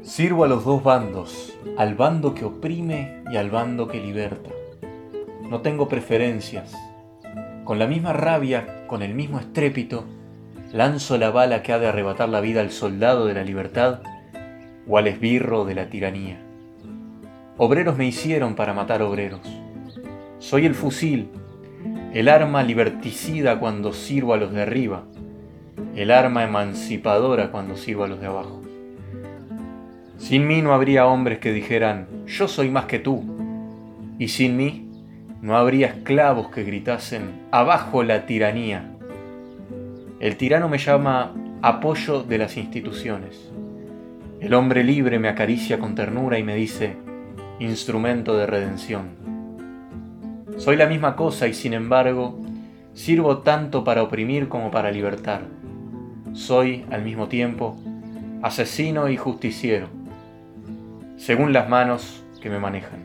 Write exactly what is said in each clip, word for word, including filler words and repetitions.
Sirvo a los dos bandos, al bando que oprime y al bando que liberta. No tengo preferencias. Con la misma rabia, con el mismo estrépito, lanzo la bala que ha de arrebatar la vida al soldado de la libertad o al esbirro de la tiranía. Obreros me hicieron para matar obreros. Soy el fusil, el arma liberticida cuando sirvo a los de arriba, el arma emancipadora cuando sirvo a los de abajo. Sin mí no habría hombres que dijeran, yo soy más que tú, y sin mí no habría esclavos que gritasen, abajo la tiranía. El tirano me llama apoyo de las instituciones. El hombre libre me acaricia con ternura y me dice, instrumento de redención. Soy la misma cosa y sin embargo, sirvo tanto para oprimir como para libertar. Soy, al mismo tiempo, asesino y justiciero, según las manos que me manejan.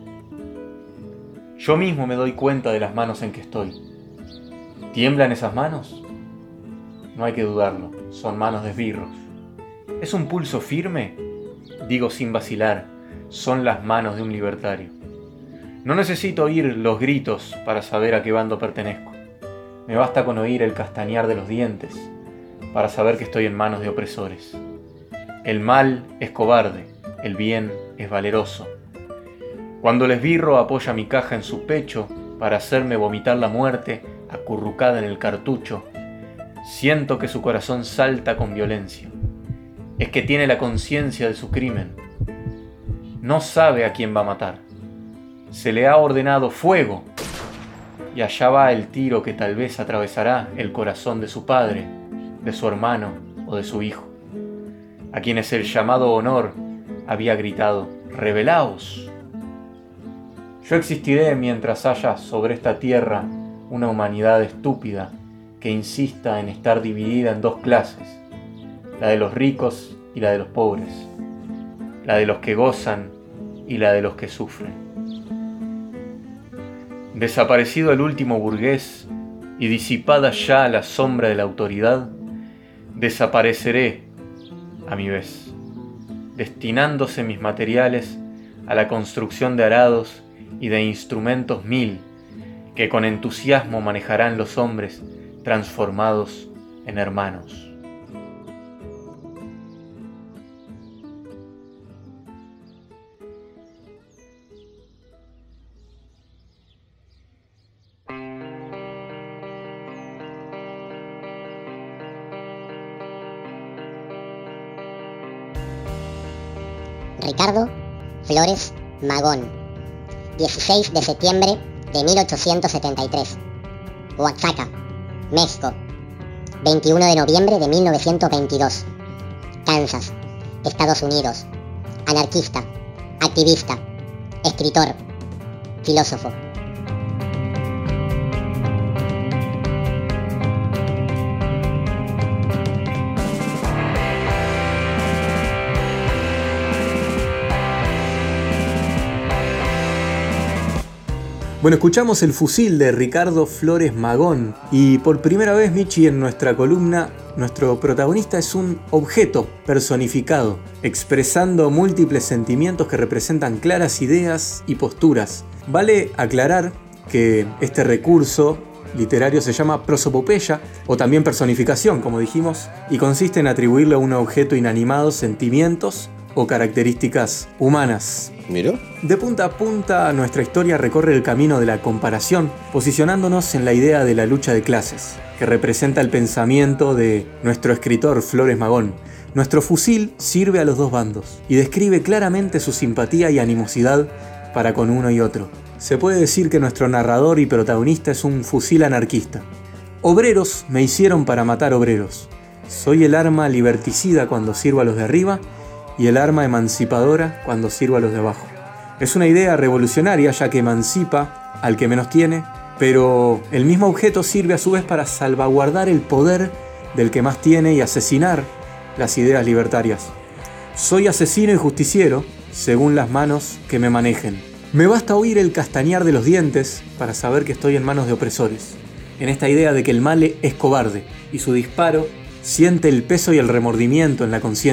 Yo mismo me doy cuenta de las manos en que estoy. ¿Tiemblan esas manos? No hay que dudarlo, son manos de esbirros. ¿Es un pulso firme? Digo sin vacilar, son las manos de un libertario. No necesito oír los gritos para saber a qué bando pertenezco. Me basta con oír el castañar de los dientes para saber que estoy en manos de opresores. El mal es cobarde, el bien es valeroso. Cuando el esbirro apoya mi caja en su pecho para hacerme vomitar la muerte acurrucada en el cartucho, siento que su corazón salta con violencia. Es que tiene la conciencia de su crimen. No sabe a quién va a matar. Se le ha ordenado fuego y allá va el tiro que tal vez atravesará el corazón de su padre, de su hermano o de su hijo, a quienes el llamado honor había gritado, rebelaos. Yo existiré mientras haya sobre esta tierra una humanidad estúpida que insista en estar dividida en dos clases, la de los ricos y la de los pobres, la de los que gozan y la de los que sufren. Desaparecido el último burgués y disipada ya la sombra de la autoridad, desapareceré a mi vez, destinándose mis materiales a la construcción de arados y de instrumentos mil que con entusiasmo manejarán los hombres transformados en hermanos. Ricardo Flores Magón, dieciséis de septiembre de mil ochocientos setenta y tres, Oaxaca, México, veintiuno de noviembre de mil novecientos veintidós, Kansas, Estados Unidos, anarquista, activista, escritor, filósofo. Bueno, escuchamos El fusil de Ricardo Flores Magón y por primera vez, Michi, en nuestra columna, nuestro protagonista es un objeto personificado, expresando múltiples sentimientos que representan claras ideas y posturas. Vale aclarar que este recurso literario se llama prosopopeya o también personificación, como dijimos, y consiste en atribuirle a un objeto inanimado sentimientos o características humanas. ¿Miró? De punta a punta, nuestra historia recorre el camino de la comparación, posicionándonos en la idea de la lucha de clases, que representa el pensamiento de nuestro escritor Flores Magón. Nuestro fusil sirve a los dos bandos y describe claramente su simpatía y animosidad para con uno y otro. Se puede decir que nuestro narrador y protagonista es un fusil anarquista. Obreros me hicieron para matar obreros. Soy el arma liberticida cuando sirvo a los de arriba y el arma emancipadora cuando sirvo a los de abajo. Es una idea revolucionaria ya que emancipa al que menos tiene, pero el mismo objeto sirve a su vez para salvaguardar el poder del que más tiene y asesinar las ideas libertarias. Soy asesino y justiciero según las manos que me manejen. Me basta oír el castañar de los dientes para saber que estoy en manos de opresores. En esta idea de que el mal es cobarde y su disparo siente el peso y el remordimiento en la conciencia.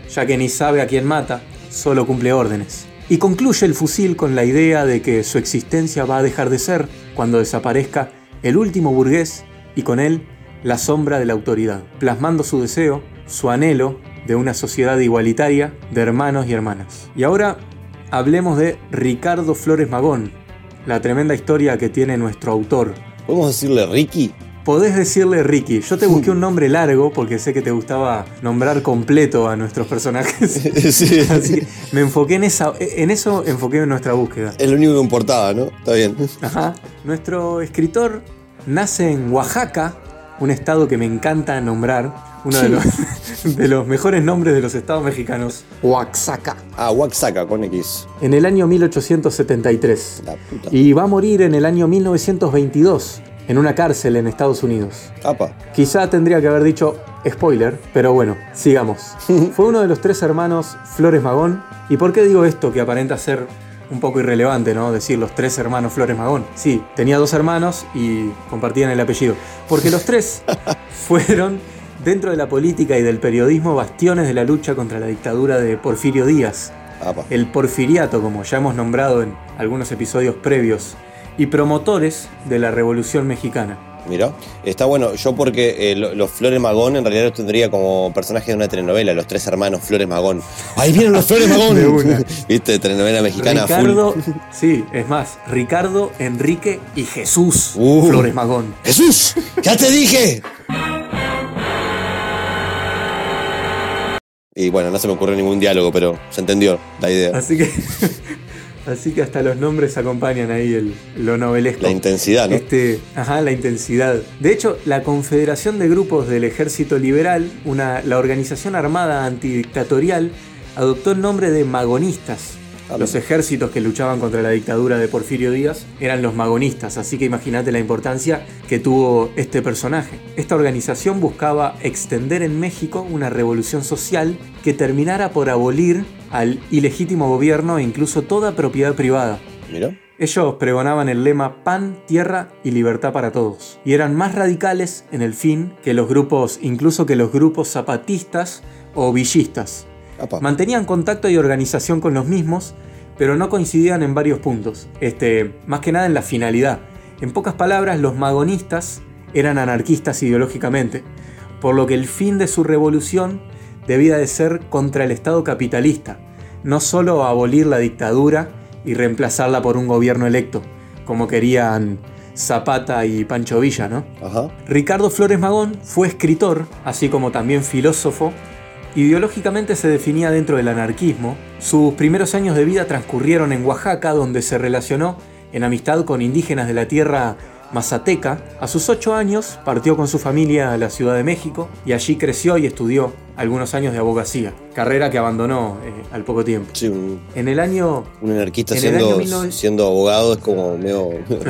ya que ni sabe a quién mata, solo cumple órdenes. Y concluye el fusil con la idea de que su existencia va a dejar de ser cuando desaparezca el último burgués y con él la sombra de la autoridad, plasmando su deseo, su anhelo de una sociedad igualitaria de hermanos y hermanas. Y ahora hablemos de Ricardo Flores Magón, la tremenda historia que tiene nuestro autor. ¿Podemos decirle Ricky? Podés decirle Ricky. Yo te busqué un nombre largo porque sé que te gustaba nombrar completo a nuestros personajes. Sí. Así que me enfoqué en, esa, en eso, enfoqué en nuestra búsqueda. Es lo único que importaba, ¿no? Está bien. Ajá. Nuestro escritor nace en Oaxaca, un estado que me encanta nombrar. Uno de los, de los mejores nombres de los estados mexicanos. Oaxaca. Ah, Oaxaca, con X. En el año mil ochocientos setenta y tres. La puta. Y va a morir en el año mil novecientos veintidós. En una cárcel en Estados Unidos. Apa. Quizá tendría que haber dicho spoiler, pero bueno, sigamos. Fue uno de los tres hermanos Flores Magón. ¿Y por qué digo esto que aparenta ser un poco irrelevante, ¿no? Decir los tres hermanos Flores Magón. Sí, tenía dos hermanos y compartían el apellido. Porque los tres fueron, dentro de la política y del periodismo, bastiones de la lucha contra la dictadura de Porfirio Díaz. Apa. El porfiriato, como ya hemos nombrado en algunos episodios previos, y promotores de la Revolución Mexicana. Mirá, está bueno. Yo porque eh, lo- los Flores Magón en realidad los tendría como personajes de una telenovela, los tres hermanos Flores Magón. ¡Ahí vienen los Flores Magón! De una. ¿Viste? Telenovela mexicana Ricardo, full. sí, es más, Ricardo, Enrique y Jesús Uh. Flores Magón. ¡Jesús! ¡Ya te dije! Y bueno, no se me ocurrió ningún diálogo, pero se entendió la idea. Así que, así que hasta los nombres acompañan ahí el, lo novelesco. La intensidad, ¿no? Este, ajá, la intensidad. De hecho, la Confederación de Grupos del Ejército Liberal, una, la organización armada antidictatorial, adoptó el nombre de magonistas. Ah, Los bien. ejércitos que luchaban contra la dictadura de Porfirio Díaz eran los magonistas, así que imagínate la importancia que tuvo este personaje. Esta organización buscaba extender en México una revolución social que terminara por abolir al ilegítimo gobierno e incluso toda propiedad privada. Mirá. Ellos pregonaban el lema pan, tierra y libertad para todos. Y eran más radicales en el fin que los grupos, incluso que los grupos zapatistas o villistas. Apa. Mantenían contacto y organización con los mismos, pero no coincidían en varios puntos. Este, más que nada en la finalidad. En pocas palabras, los magonistas eran anarquistas ideológicamente, por lo que el fin de su revolución debía de ser contra el Estado capitalista, no solo abolir la dictadura y reemplazarla por un gobierno electo, como querían Zapata y Pancho Villa, ¿no? Ajá. Ricardo Flores Magón fue escritor, así como también filósofo. Ideológicamente se definía dentro del anarquismo. Sus primeros años de vida transcurrieron en Oaxaca, donde se relacionó en amistad con indígenas de la tierra mazateca. A sus ocho años partió con su familia a la Ciudad de México y allí creció y estudió algunos años de abogacía, carrera que abandonó eh, al poco tiempo. Sí, un, En el año... un anarquista En el siendo, año mil novecientos siendo abogado es como medio,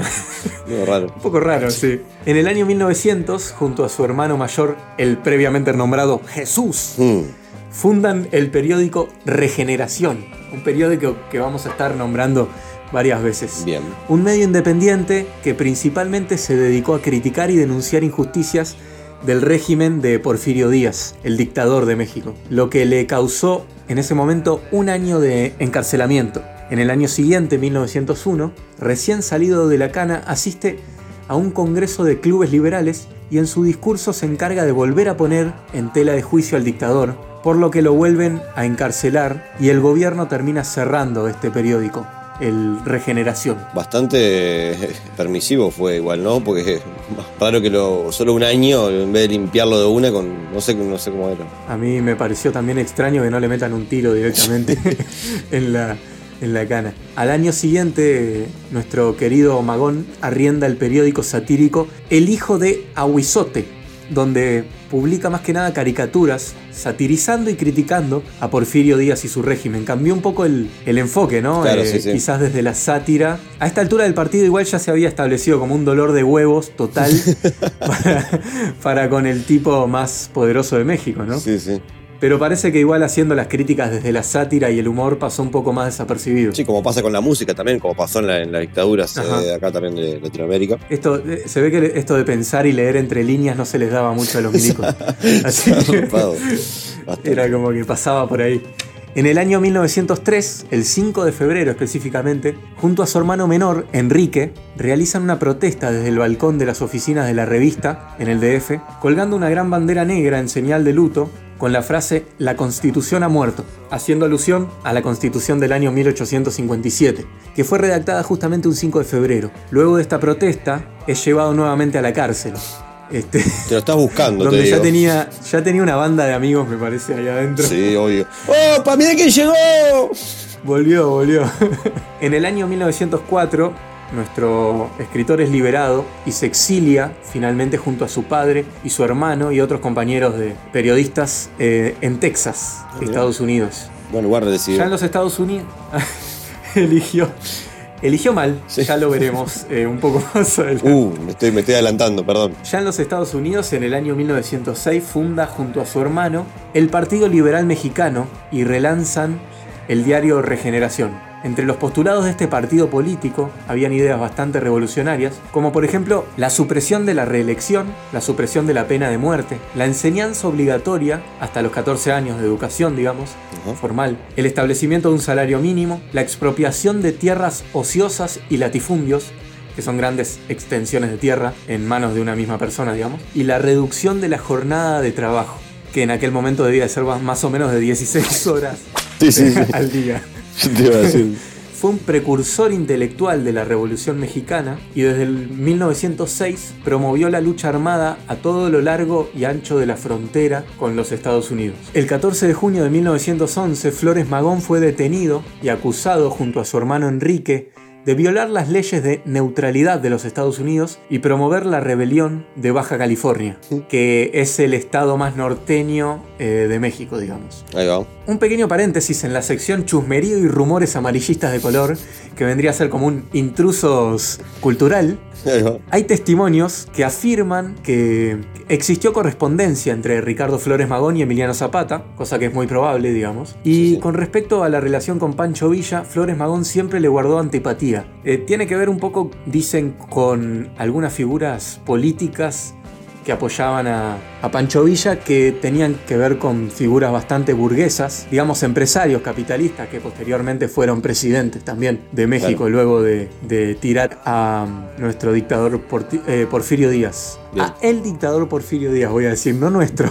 medio raro. Un poco raro, sí. En el año mil novecientos, junto a su hermano mayor, el previamente nombrado Jesús, Hmm. fundan el periódico Regeneración, un periódico que vamos a estar nombrando varias veces. Bien. Un medio independiente que principalmente se dedicó a criticar y denunciar injusticias del régimen de Porfirio Díaz, el dictador de México, lo que le causó en ese momento un año de encarcelamiento. En el año siguiente, mil novecientos uno, recién salido de la cana, asiste a un congreso de clubes liberales y en su discurso se encarga de volver a poner en tela de juicio al dictador, por lo que lo vuelven a encarcelar y el gobierno termina cerrando este periódico, el Regeneración. Bastante eh, permisivo fue igual, ¿no? Porque es más raro que lo, solo un año, en vez de limpiarlo de una con, no sé, no sé cómo era. A mí me pareció también extraño que no le metan un tiro directamente en la, en la cana. Al año siguiente, nuestro querido Magón arrienda el periódico satírico El Hijo de Ahuizote, donde publica más que nada caricaturas, satirizando y criticando a Porfirio Díaz y su régimen. Cambió un poco el, el enfoque, ¿no? Claro, Eh, sí, sí. Quizás desde la sátira. A esta altura del partido igual ya se había establecido como un dolor de huevos total para, para con el tipo más poderoso de México, ¿no? Sí, sí. Pero parece que igual haciendo las críticas desde la sátira y el humor pasó un poco más desapercibido. Sí, como pasa con la música también, como pasó en la, en la dictadura Ajá. de acá también de Latinoamérica. Esto, eh, se ve que esto de pensar y leer entre líneas no se les daba mucho a los milicos. Así que, Zarpado. Bastante. Era como que pasaba por ahí. En el año mil novecientos tres, el cinco de febrero específicamente, junto a su hermano menor, Enrique, realizan una protesta desde el balcón de las oficinas de la revista, en el D F, colgando una gran bandera negra en señal de luto, con la frase «La Constitución ha muerto», haciendo alusión a la Constitución del año mil ochocientos cincuenta y siete, que fue redactada justamente un cinco de febrero. Luego de esta protesta, es llevado nuevamente a la cárcel. Este, Te lo estás buscando, donde te ya digo. tenía, ya tenía una banda de amigos, me parece, ahí adentro. Sí, obvio. ¡Opa, mirá quién llegó! Volvió, volvió. En el año mil novecientos cuatro, nuestro escritor es liberado y se exilia finalmente junto a su padre y su hermano y otros compañeros de periodistas eh, en Texas, Ah, mirá. Estados Unidos. Buen lugar de decidir. Ya en los Estados Unidos eligió, eligió mal, Sí. ya lo veremos eh, un poco más adelante. Uh, me estoy, me estoy adelantando, perdón. Ya en los Estados Unidos, en el año mil novecientos seis, funda junto a su hermano el Partido Liberal Mexicano y relanzan el diario Regeneración. Entre los postulados de este partido político habían ideas bastante revolucionarias, como por ejemplo la supresión de la reelección, la supresión de la pena de muerte, la enseñanza obligatoria hasta los catorce años de educación, digamos, Ajá. formal, el establecimiento de un salario mínimo, la expropiación de tierras ociosas y latifundios, que son grandes extensiones de tierra en manos de una misma persona, digamos, y la reducción de la jornada de trabajo, que en aquel momento debía ser más o menos de dieciséis horas Sí, sí, sí. al día. Yo te iba a decir. Fue un precursor intelectual de la Revolución Mexicana y desde el mil novecientos seis promovió la lucha armada a todo lo largo y ancho de la frontera con los Estados Unidos. El catorce de junio de mil novecientos once, Flores Magón fue detenido y acusado junto a su hermano Enrique de violar las leyes de neutralidad de los Estados Unidos y promover la rebelión de Baja California, que es el estado más norteño eh, de México, digamos. Ahí va. Un pequeño paréntesis en la sección chusmerío y rumores amarillistas de color, que vendría a ser como un intrusos cultural. Ahí va. Hay testimonios que afirman que existió correspondencia entre Ricardo Flores Magón y Emiliano Zapata, cosa que es muy probable, digamos. Y Sí, sí. con respecto a la relación con Pancho Villa, Flores Magón siempre le guardó antipatía. Eh, tiene que ver un poco, dicen, con algunas figuras políticas que apoyaban a, a Pancho Villa, que tenían que ver con figuras bastante burguesas, digamos empresarios capitalistas que posteriormente fueron presidentes también de México, Claro. luego de, de tirar a um, nuestro dictador Porti- eh, Porfirio Díaz. Bien. A el dictador Porfirio Díaz, voy a decir, no nuestro.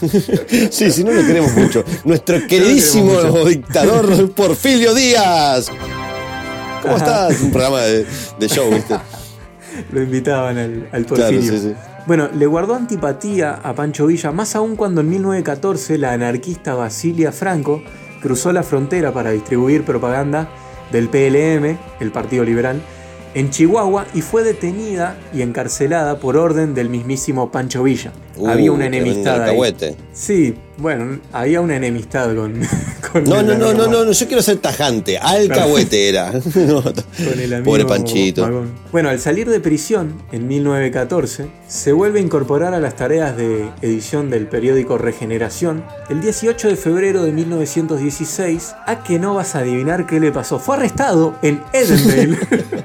Sí, si no lo queremos mucho. Nuestro queridísimo queremos mucho. dictador Porfirio Díaz. ¿Cómo Ajá. estás? Un programa de, de show, ¿viste? Lo invitaban al, al Claro, Porfirio. sí, sí. Bueno, le guardó antipatía a Pancho Villa, más aún cuando en mil novecientos catorce la anarquista Basilia Franco cruzó la frontera para distribuir propaganda del P L M, el Partido Liberal, en Chihuahua y fue detenida y encarcelada por orden del mismísimo Pancho Villa. Uh, había una tremendo enemistad ahí. alcahuete. Sí, bueno, había una enemistad con, con No, el no, no, amigo no, no, no, yo quiero ser tajante. Alcahuete era. No, con el amigo pobre Panchito. Magón. Bueno, al salir de prisión en mil novecientos catorce, se vuelve a incorporar a las tareas de edición del periódico Regeneración el dieciocho de febrero de mil novecientos dieciséis, a que no vas a adivinar qué le pasó. Fue arrestado en Edendale,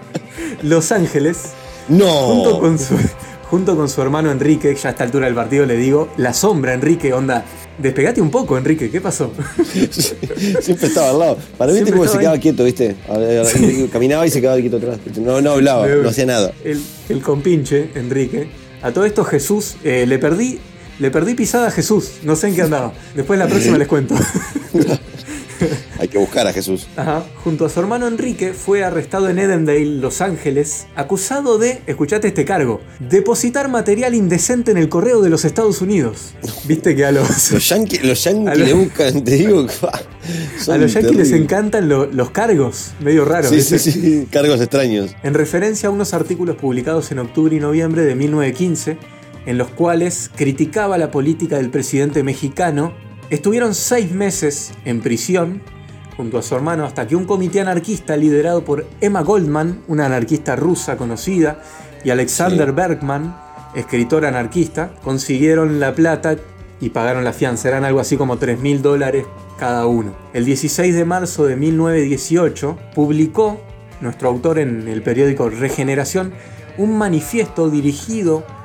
Los Ángeles, No. junto con su... Junto con su hermano Enrique, ya a esta altura del partido le digo, la sombra Enrique, onda, despegate un poco Enrique, ¿qué pasó? Siempre estaba al lado. Para mí, Siempre tipo, se estaba quedaba ahí. quieto, ¿viste? A ver, caminaba y se quedaba quieto atrás. No, no hablaba, no hacía nada. El, el compinche, Enrique. A todo esto Jesús, eh, le perdí le perdí pisada a Jesús, no sé en qué andaba. Después la próxima les cuento. Hay que buscar a Jesús. Ajá. Junto a su hermano Enrique fue arrestado en Edendale, Los Ángeles, acusado de, escuchate este cargo, depositar material indecente en el correo de los Estados Unidos. Viste que a los... Los yankees los yankees A lo- le buscan, te digo. A los yankees les encantan lo- los cargos, medio raros. Sí, ¿viste? sí, sí, cargos extraños. En referencia a unos artículos publicados en octubre y noviembre de mil novecientos quince, en los cuales criticaba la política del presidente mexicano, estuvieron seis meses en prisión junto a su hermano hasta que un comité anarquista liderado por Emma Goldman, una anarquista rusa conocida, y Alexander Sí. Bergman, escritor anarquista, consiguieron la plata y pagaron la fianza. Eran algo así como tres mil dólares cada uno. El dieciséis de marzo de mil novecientos dieciocho publicó nuestro autor en el periódico Regeneración un manifiesto dirigido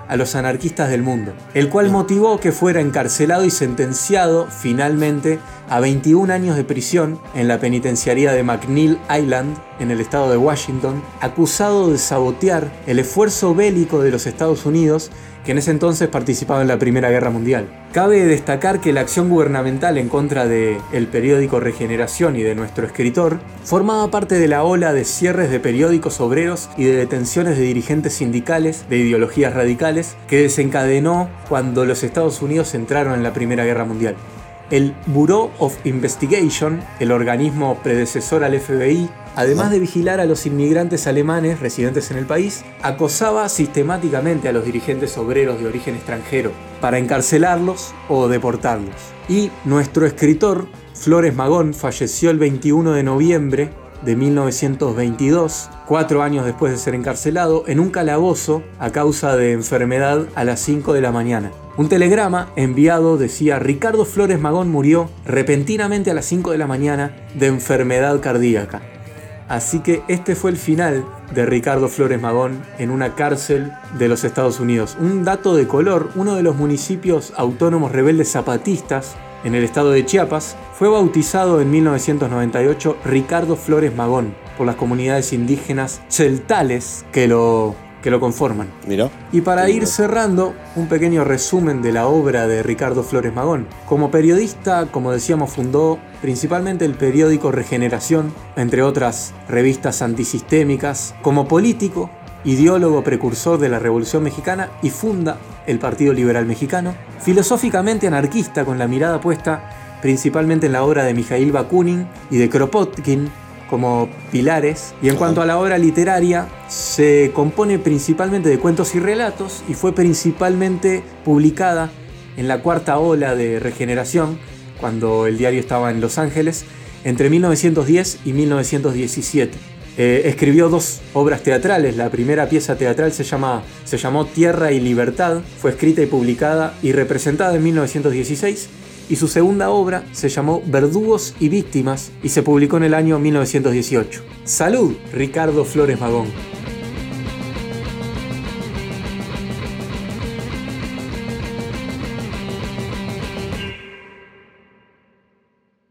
a los anarquistas del mundo, el cual motivó que fuera encarcelado y sentenciado finalmente a veintiún años de prisión en la penitenciaría de McNeil Island, en el estado de Washington, acusado de sabotear el esfuerzo bélico de los Estados Unidos, que en ese entonces participaba en la Primera Guerra Mundial. Cabe destacar que la acción gubernamental en contra del periódico Regeneración y de nuestro escritor formaba parte de la ola de cierres de periódicos obreros y de detenciones de dirigentes sindicales de ideologías radicales que desencadenó cuando los Estados Unidos entraron en la Primera Guerra Mundial. El Bureau of Investigation, el organismo predecesor al F B I, además de vigilar a los inmigrantes alemanes residentes en el país, acosaba sistemáticamente a los dirigentes obreros de origen extranjero para encarcelarlos o deportarlos. Y nuestro escritor, Flores Magón, falleció el veintiuno de noviembre de mil novecientos veintidós, cuatro años después de ser encarcelado, en un calabozo a causa de enfermedad a las cinco de la mañana. Un telegrama enviado decía: Ricardo Flores Magón murió repentinamente a las cinco de la mañana de enfermedad cardíaca. Así que este fue el final de Ricardo Flores Magón en una cárcel de los Estados Unidos. Un dato de color: uno de los municipios autónomos rebeldes zapatistas en el estado de Chiapas fue bautizado en mil novecientos noventa y ocho Ricardo Flores Magón por las comunidades indígenas tzeltales que lo, que lo conforman. Mirá. Y para ir cerrando, un pequeño resumen de la obra de Ricardo Flores Magón. Como periodista, como decíamos, fundó principalmente el periódico Regeneración, entre otras revistas antisistémicas. Como político, ideólogo precursor de la Revolución Mexicana y funda el Partido Liberal Mexicano. Filosóficamente anarquista, con la mirada puesta principalmente en la obra de Mijail Bakunin y de Kropotkin como pilares. Y en cuanto a la obra literaria, se compone principalmente de cuentos y relatos y fue principalmente publicada en la cuarta ola de Regeneración, cuando el diario estaba en Los Ángeles, entre mil novecientos diez y mil novecientos diecisiete. Eh, escribió dos obras teatrales. La primera pieza teatral se, llama, se llamó Tierra y Libertad, fue escrita y publicada y representada en mil novecientos dieciséis, y su segunda obra se llamó Verdugos y Víctimas y se publicó en el año mil novecientos dieciocho. ¡Salud, Ricardo Flores Magón!